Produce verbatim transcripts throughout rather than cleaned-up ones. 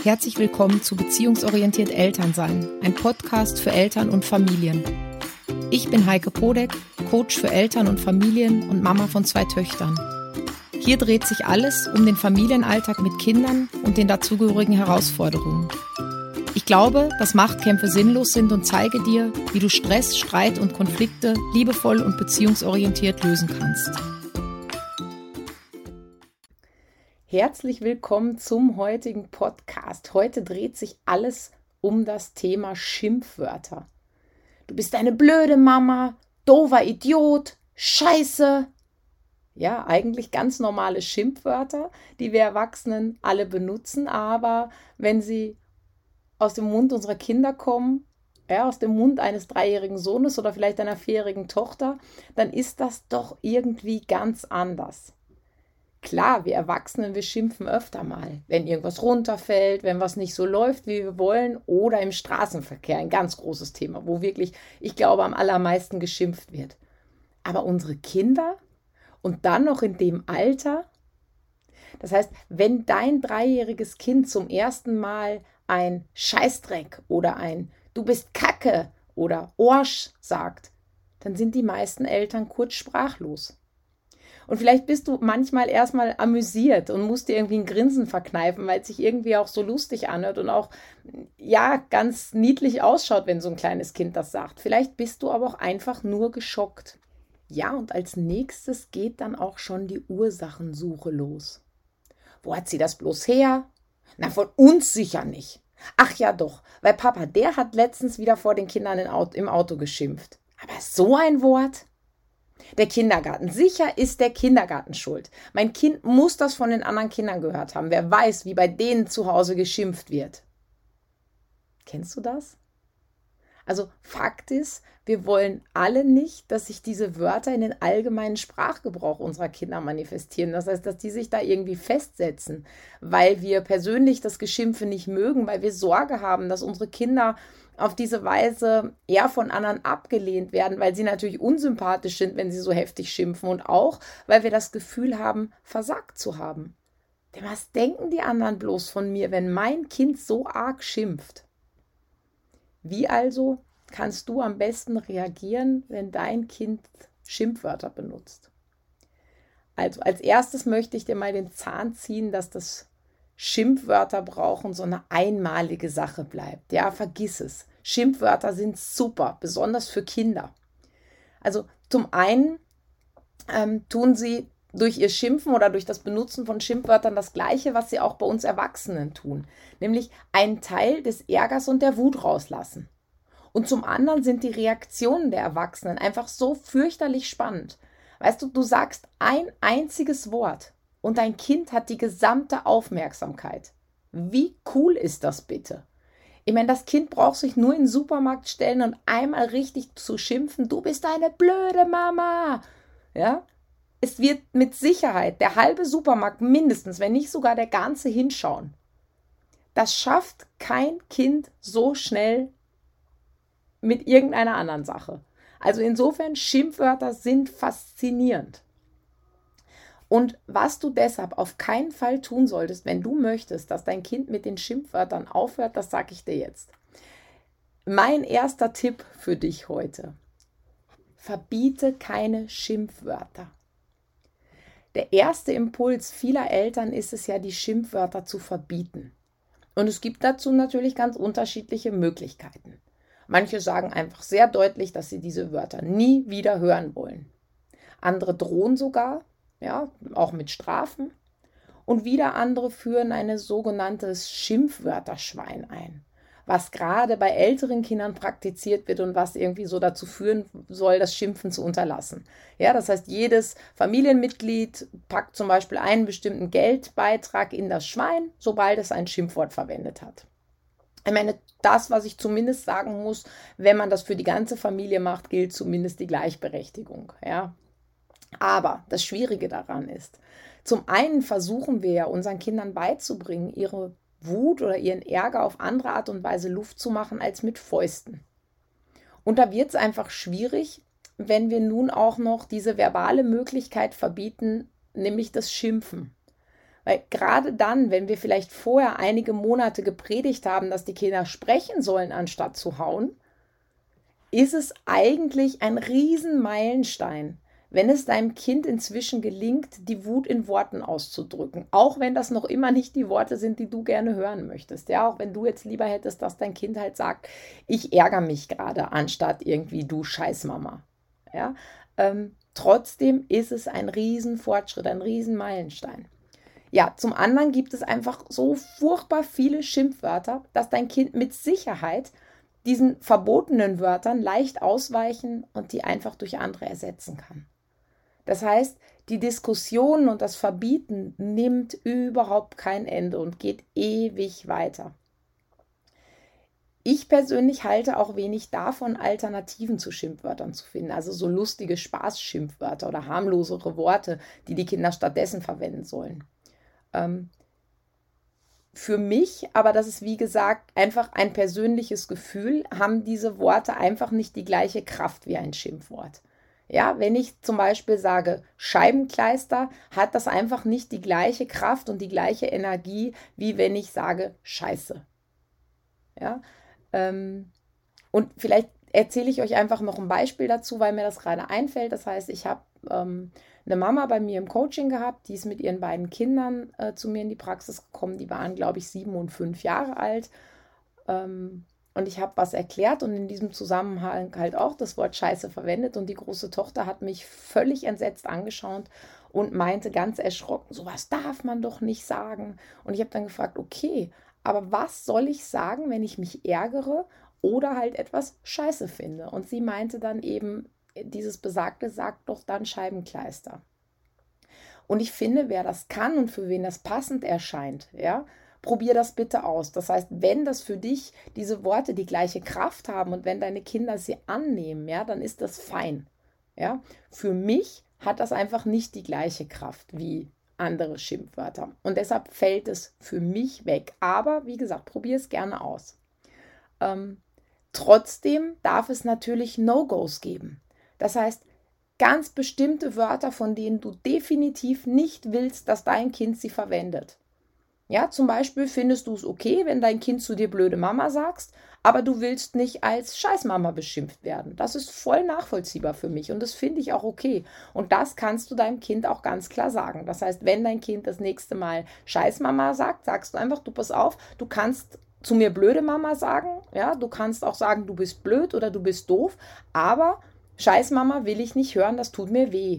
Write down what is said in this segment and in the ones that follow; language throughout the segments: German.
Herzlich willkommen zu Beziehungsorientiert Elternsein, ein Podcast für Eltern und Familien. Ich bin Heike Podek, Coach für Eltern und Familien und Mama von zwei Töchtern. Hier dreht sich alles um den Familienalltag mit Kindern und den dazugehörigen Herausforderungen. Ich glaube, dass Machtkämpfe sinnlos sind und zeige dir, wie du Stress, Streit und Konflikte liebevoll und beziehungsorientiert lösen kannst. Herzlich willkommen zum heutigen Podcast. Heute dreht sich alles um das Thema Schimpfwörter. Du bist eine blöde Mama, doofer Idiot, Scheiße. Ja, eigentlich ganz normale Schimpfwörter, die wir Erwachsenen alle benutzen, aber wenn sie aus dem Mund unserer Kinder kommen, ja, aus dem Mund eines dreijährigen Sohnes oder vielleicht einer vierjährigen Tochter, dann ist das doch irgendwie ganz anders. Klar, wir Erwachsenen, wir schimpfen öfter mal, wenn irgendwas runterfällt, wenn was nicht so läuft, wie wir wollen, oder im Straßenverkehr, ein ganz großes Thema, wo wirklich, ich glaube, am allermeisten geschimpft wird. Aber unsere Kinder und dann noch in dem Alter, das heißt, wenn dein dreijähriges Kind zum ersten Mal ein Scheißdreck oder ein Du bist Kacke oder Orsch sagt, dann sind die meisten Eltern kurz sprachlos. Und vielleicht bist du manchmal erstmal amüsiert und musst dir irgendwie ein Grinsen verkneifen, weil es sich irgendwie auch so lustig anhört und auch, ja, ganz niedlich ausschaut, wenn so ein kleines Kind das sagt. Vielleicht bist du aber auch einfach nur geschockt. Ja, und als nächstes geht dann auch schon die Ursachensuche los. Wo hat sie das bloß her? Na, von uns sicher nicht. Ach ja doch, weil Papa, der hat letztens wieder vor den Kindern im Auto geschimpft. Aber so ein Wort? Der Kindergarten. Sicher ist der Kindergarten schuld. Mein Kind muss das von den anderen Kindern gehört haben. Wer weiß, wie bei denen zu Hause geschimpft wird. Kennst du das? Also Fakt ist, wir wollen alle nicht, dass sich diese Wörter in den allgemeinen Sprachgebrauch unserer Kinder manifestieren. Das heißt, dass die sich da irgendwie festsetzen, weil wir persönlich das Geschimpfe nicht mögen, weil wir Sorge haben, dass unsere Kinder auf diese Weise eher von anderen abgelehnt werden, weil sie natürlich unsympathisch sind, wenn sie so heftig schimpfen und auch, weil wir das Gefühl haben, versagt zu haben. Denn was denken die anderen bloß von mir, wenn mein Kind so arg schimpft? Wie also kannst du am besten reagieren, wenn dein Kind Schimpfwörter benutzt? Also als erstes möchte ich dir mal den Zahn ziehen, dass das Schimpfwörter brauchen so eine einmalige Sache bleibt. Ja, vergiss es. Schimpfwörter sind super, besonders für Kinder. Also zum einen ähm, tun sie durch ihr Schimpfen oder durch das Benutzen von Schimpfwörtern das Gleiche, was sie auch bei uns Erwachsenen tun, nämlich einen Teil des Ärgers und der Wut rauslassen. Und zum anderen sind die Reaktionen der Erwachsenen einfach so fürchterlich spannend. Weißt du, du sagst ein einziges Wort und dein Kind hat die gesamte Aufmerksamkeit. Wie cool ist das bitte? Ich meine, das Kind braucht sich nur in den Supermarkt stellen und einmal richtig zu schimpfen, du bist eine blöde Mama. Ja? Es wird mit Sicherheit der halbe Supermarkt mindestens, wenn nicht sogar der ganze hinschauen. Das schafft kein Kind so schnell mit irgendeiner anderen Sache. Also insofern, Schimpfwörter sind faszinierend. Und was du deshalb auf keinen Fall tun solltest, wenn du möchtest, dass dein Kind mit den Schimpfwörtern aufhört, das sage ich dir jetzt. Mein erster Tipp für dich heute: Verbiete keine Schimpfwörter. Der erste Impuls vieler Eltern ist es ja, die Schimpfwörter zu verbieten. Und es gibt dazu natürlich ganz unterschiedliche Möglichkeiten. Manche sagen einfach sehr deutlich, dass sie diese Wörter nie wieder hören wollen. Andere drohen sogar, ja, auch mit Strafen. Und wieder andere führen ein sogenanntes Schimpfwörterschwein ein, was gerade bei älteren Kindern praktiziert wird und was irgendwie so dazu führen soll, das Schimpfen zu unterlassen. Ja, das heißt, jedes Familienmitglied packt zum Beispiel einen bestimmten Geldbeitrag in das Schwein, sobald es ein Schimpfwort verwendet hat. Ich meine, das, was ich zumindest sagen muss, wenn man das für die ganze Familie macht, gilt zumindest die Gleichberechtigung. Ja. Aber das Schwierige daran ist, zum einen versuchen wir ja unseren Kindern beizubringen, ihre Wut oder ihren Ärger auf andere Art und Weise Luft zu machen als mit Fäusten. Und da wird es einfach schwierig, wenn wir nun auch noch diese verbale Möglichkeit verbieten, nämlich das Schimpfen. Weil gerade dann, wenn wir vielleicht vorher einige Monate gepredigt haben, dass die Kinder sprechen sollen, anstatt zu hauen, ist es eigentlich ein Riesenmeilenstein, wenn es deinem Kind inzwischen gelingt, die Wut in Worten auszudrücken. Auch wenn das noch immer nicht die Worte sind, die du gerne hören möchtest. Ja, auch wenn du jetzt lieber hättest, dass dein Kind halt sagt, ich ärgere mich gerade, anstatt irgendwie du Scheißmama. Ja, ähm, trotzdem ist es ein Riesenfortschritt, ein Riesenmeilenstein. Ja, zum anderen gibt es einfach so furchtbar viele Schimpfwörter, dass dein Kind mit Sicherheit diesen verbotenen Wörtern leicht ausweichen und die einfach durch andere ersetzen kann. Das heißt, die Diskussion und das Verbieten nimmt überhaupt kein Ende und geht ewig weiter. Ich persönlich halte auch wenig davon, Alternativen zu Schimpfwörtern zu finden, also so lustige Spaßschimpfwörter oder harmlosere Worte, die die Kinder stattdessen verwenden sollen. Ähm, Für mich, aber das ist wie gesagt einfach ein persönliches Gefühl, haben diese Worte einfach nicht die gleiche Kraft wie ein Schimpfwort. Ja, wenn ich zum Beispiel sage Scheibenkleister, hat das einfach nicht die gleiche Kraft und die gleiche Energie, wie wenn ich sage Scheiße. Ja, ähm, und vielleicht erzähle ich euch einfach noch ein Beispiel dazu, weil mir das gerade einfällt. Das heißt, ich habe ähm, eine Mama bei mir im Coaching gehabt, die ist mit ihren beiden Kindern äh, zu mir in die Praxis gekommen. Die waren, glaube ich, sieben und fünf Jahre alt. Ähm, und ich habe was erklärt und in diesem Zusammenhang halt auch das Wort Scheiße verwendet. Und die große Tochter hat mich völlig entsetzt angeschaut und meinte ganz erschrocken, sowas darf man doch nicht sagen. Und ich habe dann gefragt, okay, aber was soll ich sagen, wenn ich mich ärgere oder halt etwas Scheiße finde? Und sie meinte dann eben, dieses Besagte sagt doch dann Scheibenkleister. Und ich finde, wer das kann und für wen das passend erscheint, ja, probier das bitte aus. Das heißt, wenn das für dich diese Worte die gleiche Kraft haben und wenn deine Kinder sie annehmen, ja, dann ist das fein. Ja, für mich hat das einfach nicht die gleiche Kraft wie andere Schimpfwörter. Und deshalb fällt es für mich weg. Aber wie gesagt, probier es gerne aus. Ähm, trotzdem darf es natürlich No-Gos geben. Das heißt, ganz bestimmte Wörter, von denen du definitiv nicht willst, dass dein Kind sie verwendet. Ja, zum Beispiel findest du es okay, wenn dein Kind zu dir blöde Mama sagst, aber du willst nicht als Scheißmama beschimpft werden. Das ist voll nachvollziehbar für mich und das finde ich auch okay. Und das kannst du deinem Kind auch ganz klar sagen. Das heißt, wenn dein Kind das nächste Mal Scheißmama sagt, sagst du einfach, du pass auf, du kannst zu mir blöde Mama sagen, ja, du kannst auch sagen, du bist blöd oder du bist doof, aber Scheißmama will ich nicht hören, das tut mir weh.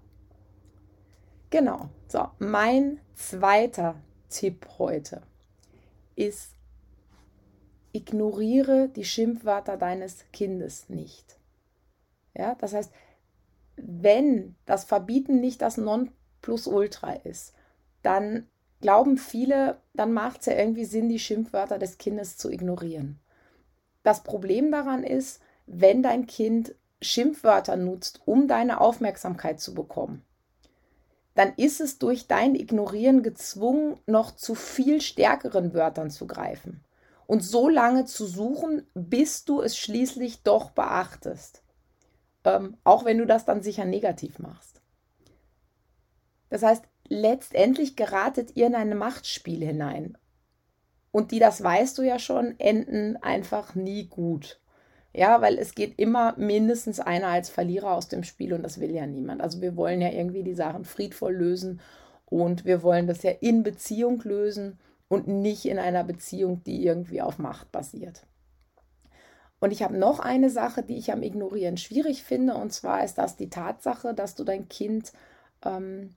Genau. So, mein zweiter Tipp heute ist, ignoriere die Schimpfwörter deines Kindes nicht. Ja, das heißt, wenn das Verbieten nicht das Nonplusultra ist, dann glauben viele, dann macht es ja irgendwie Sinn, die Schimpfwörter des Kindes zu ignorieren. Das Problem daran ist, wenn dein Kind Schimpfwörter nutzt, um deine Aufmerksamkeit zu bekommen, dann ist es durch dein Ignorieren gezwungen, noch zu viel stärkeren Wörtern zu greifen und so lange zu suchen, bis du es schließlich doch beachtest. Ähm, auch wenn du das dann sicher negativ machst. Das heißt, letztendlich geratet ihr in ein Machtspiel hinein. Und die, das weißt du ja schon, enden einfach nie gut. Ja, weil es geht immer mindestens einer als Verlierer aus dem Spiel und das will ja niemand. Also wir wollen ja irgendwie die Sachen friedvoll lösen und wir wollen das ja in Beziehung lösen und nicht in einer Beziehung, die irgendwie auf Macht basiert. Und ich habe noch eine Sache, die ich am Ignorieren schwierig finde, und zwar ist das die Tatsache, dass du dein Kind ähm,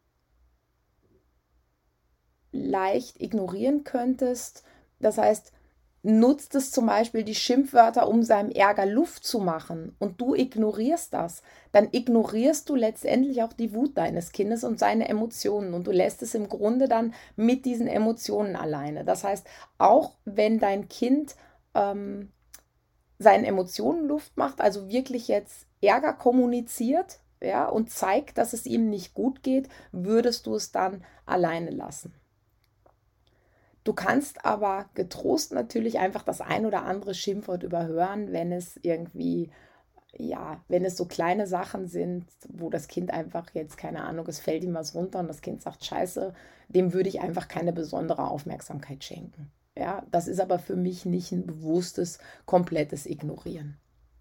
leicht ignorieren könntest. Das heißt, nutzt es zum Beispiel die Schimpfwörter, um seinem Ärger Luft zu machen und du ignorierst das, dann ignorierst du letztendlich auch die Wut deines Kindes und seine Emotionen und du lässt es im Grunde dann mit diesen Emotionen alleine. Das heißt, auch wenn dein Kind ähm, seinen Emotionen Luft macht, also wirklich jetzt Ärger kommuniziert, ja, und zeigt, dass es ihm nicht gut geht, würdest du es dann alleine lassen. Du kannst aber getrost natürlich einfach das ein oder andere Schimpfwort überhören, wenn es irgendwie ja, wenn es so kleine Sachen sind, wo das Kind einfach jetzt, keine Ahnung, es fällt ihm was runter und das Kind sagt Scheiße, dem würde ich einfach keine besondere Aufmerksamkeit schenken. Ja, das ist aber für mich nicht ein bewusstes, komplettes Ignorieren.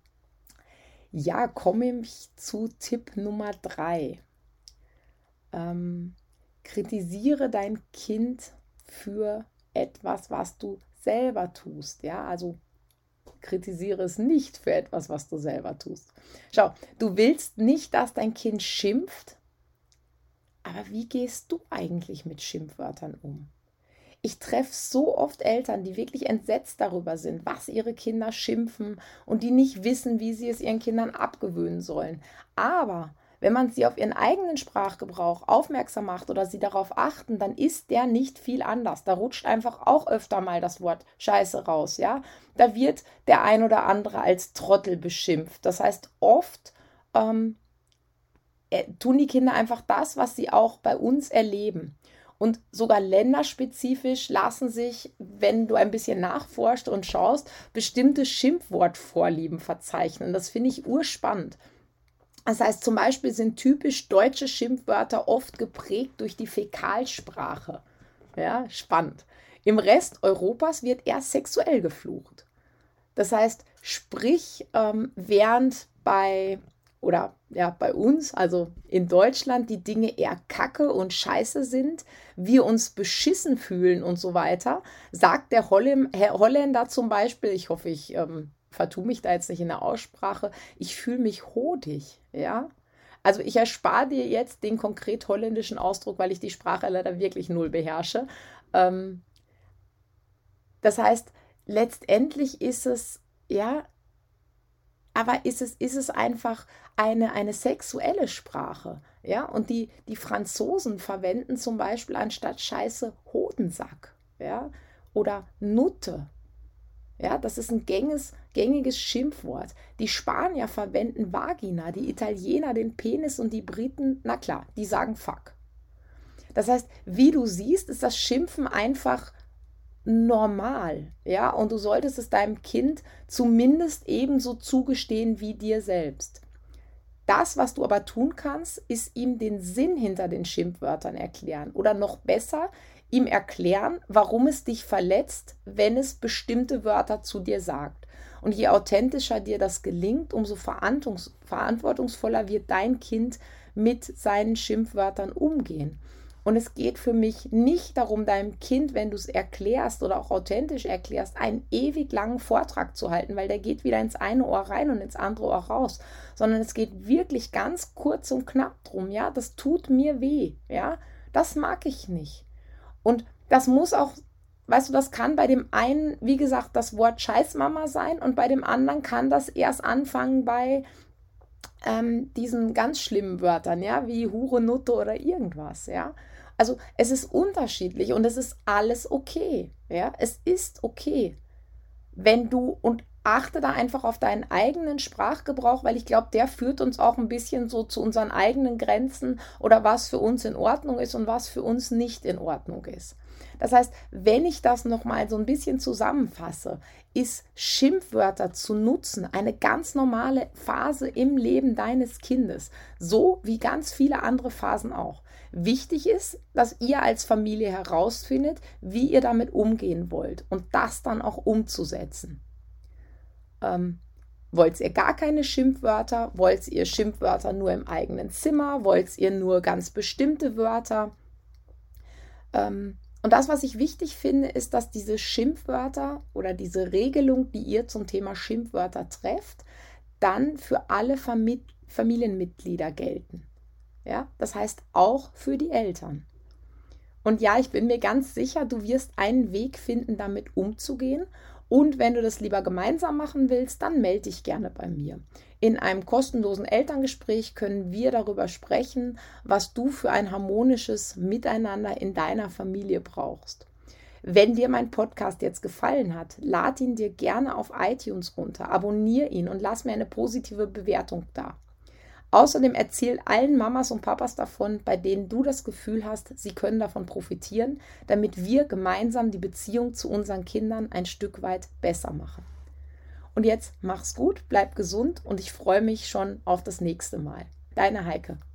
Ja, komme ich zu Tipp Nummer drei. Ähm, kritisiere dein Kind für etwas, was du selber tust. Ja, also kritisiere es nicht für etwas, was du selber tust. Schau, du willst nicht, dass dein Kind schimpft, aber wie gehst du eigentlich mit Schimpfwörtern um? Ich treffe so oft Eltern, die wirklich entsetzt darüber sind, was ihre Kinder schimpfen und die nicht wissen, wie sie es ihren Kindern abgewöhnen sollen. Aber wenn man sie auf ihren eigenen Sprachgebrauch aufmerksam macht oder sie darauf achten, dann ist der nicht viel anders. Da rutscht einfach auch öfter mal das Wort Scheiße raus, ja. Da wird der ein oder andere als Trottel beschimpft. Das heißt, oft ähm, tun die Kinder einfach das, was sie auch bei uns erleben. Und sogar länderspezifisch lassen sich, wenn du ein bisschen nachforscht und schaust, bestimmte Schimpfwortvorlieben verzeichnen. Das finde ich urspannend. Das heißt, zum Beispiel sind typisch deutsche Schimpfwörter oft geprägt durch die Fäkalsprache. Ja, spannend. Im Rest Europas wird eher sexuell geflucht. Das heißt, sprich, ähm, während bei oder ja, bei uns, also in Deutschland, die Dinge eher Kacke und Scheiße sind, wir uns beschissen fühlen und so weiter, sagt der Holl- Herr Holländer zum Beispiel, ich hoffe, ich ähm, vertue mich da jetzt nicht in der Aussprache, ich fühle mich hodig, ja. Also ich erspare dir jetzt den konkret holländischen Ausdruck, weil ich die Sprache leider wirklich null beherrsche. Ähm, das heißt, letztendlich ist es, ja, aber ist es, ist es einfach eine, eine sexuelle Sprache. Ja? Und die, die Franzosen verwenden zum Beispiel anstatt Scheiße Hodensack, ja? Oder Nutte. Ja? Das ist ein gängiges, gängiges Schimpfwort. Die Spanier verwenden Vagina, die Italiener den Penis und die Briten, na klar, die sagen Fuck. Das heißt, wie du siehst, ist das Schimpfen einfach normal, ja, und du solltest es deinem Kind zumindest ebenso zugestehen wie dir selbst. Das, was du aber tun kannst, ist ihm den Sinn hinter den Schimpfwörtern erklären oder noch besser, ihm erklären, warum es dich verletzt, wenn es bestimmte Wörter zu dir sagt. Und je authentischer dir das gelingt, umso verantwortungsvoller wird dein Kind mit seinen Schimpfwörtern umgehen. Und es geht für mich nicht darum, deinem Kind, wenn du es erklärst oder auch authentisch erklärst, einen ewig langen Vortrag zu halten, weil der geht wieder ins eine Ohr rein und ins andere Ohr raus, sondern es geht wirklich ganz kurz und knapp drum, ja, das tut mir weh, ja, das mag ich nicht. Und das muss auch, weißt du, das kann bei dem einen, wie gesagt, das Wort Scheißmama sein und bei dem anderen kann das erst anfangen bei ähm, diesen ganz schlimmen Wörtern, ja, wie Hure, Nutte oder irgendwas, ja. Also es ist unterschiedlich und es ist alles okay, ja, es ist okay, wenn du, und achte da einfach auf deinen eigenen Sprachgebrauch, weil ich glaube, der führt uns auch ein bisschen so zu unseren eigenen Grenzen oder was für uns in Ordnung ist und was für uns nicht in Ordnung ist. Das heißt, wenn ich das nochmal so ein bisschen zusammenfasse, ist Schimpfwörter zu nutzen eine ganz normale Phase im Leben deines Kindes, so wie ganz viele andere Phasen auch. Wichtig ist, dass ihr als Familie herausfindet, wie ihr damit umgehen wollt und das dann auch umzusetzen. Ähm, wollt ihr gar keine Schimpfwörter? Wollt ihr Schimpfwörter nur im eigenen Zimmer? Wollt ihr nur ganz bestimmte Wörter? Ähm, und das, was ich wichtig finde, ist, dass diese Schimpfwörter oder diese Regelung, die ihr zum Thema Schimpfwörter trefft, dann für alle Famili- Familienmitglieder gelten. Ja, das heißt auch für die Eltern. Und ja, ich bin mir ganz sicher, du wirst einen Weg finden, damit umzugehen. Und wenn du das lieber gemeinsam machen willst, dann melde dich gerne bei mir. In einem kostenlosen Elterngespräch können wir darüber sprechen, was du für ein harmonisches Miteinander in deiner Familie brauchst. Wenn dir mein Podcast jetzt gefallen hat, lad ihn dir gerne auf iTunes runter, abonniere ihn und lass mir eine positive Bewertung da. Außerdem erzähl allen Mamas und Papas davon, bei denen du das Gefühl hast, sie können davon profitieren, damit wir gemeinsam die Beziehung zu unseren Kindern ein Stück weit besser machen. Und jetzt mach's gut, bleib gesund und ich freue mich schon auf das nächste Mal. Deine Heike.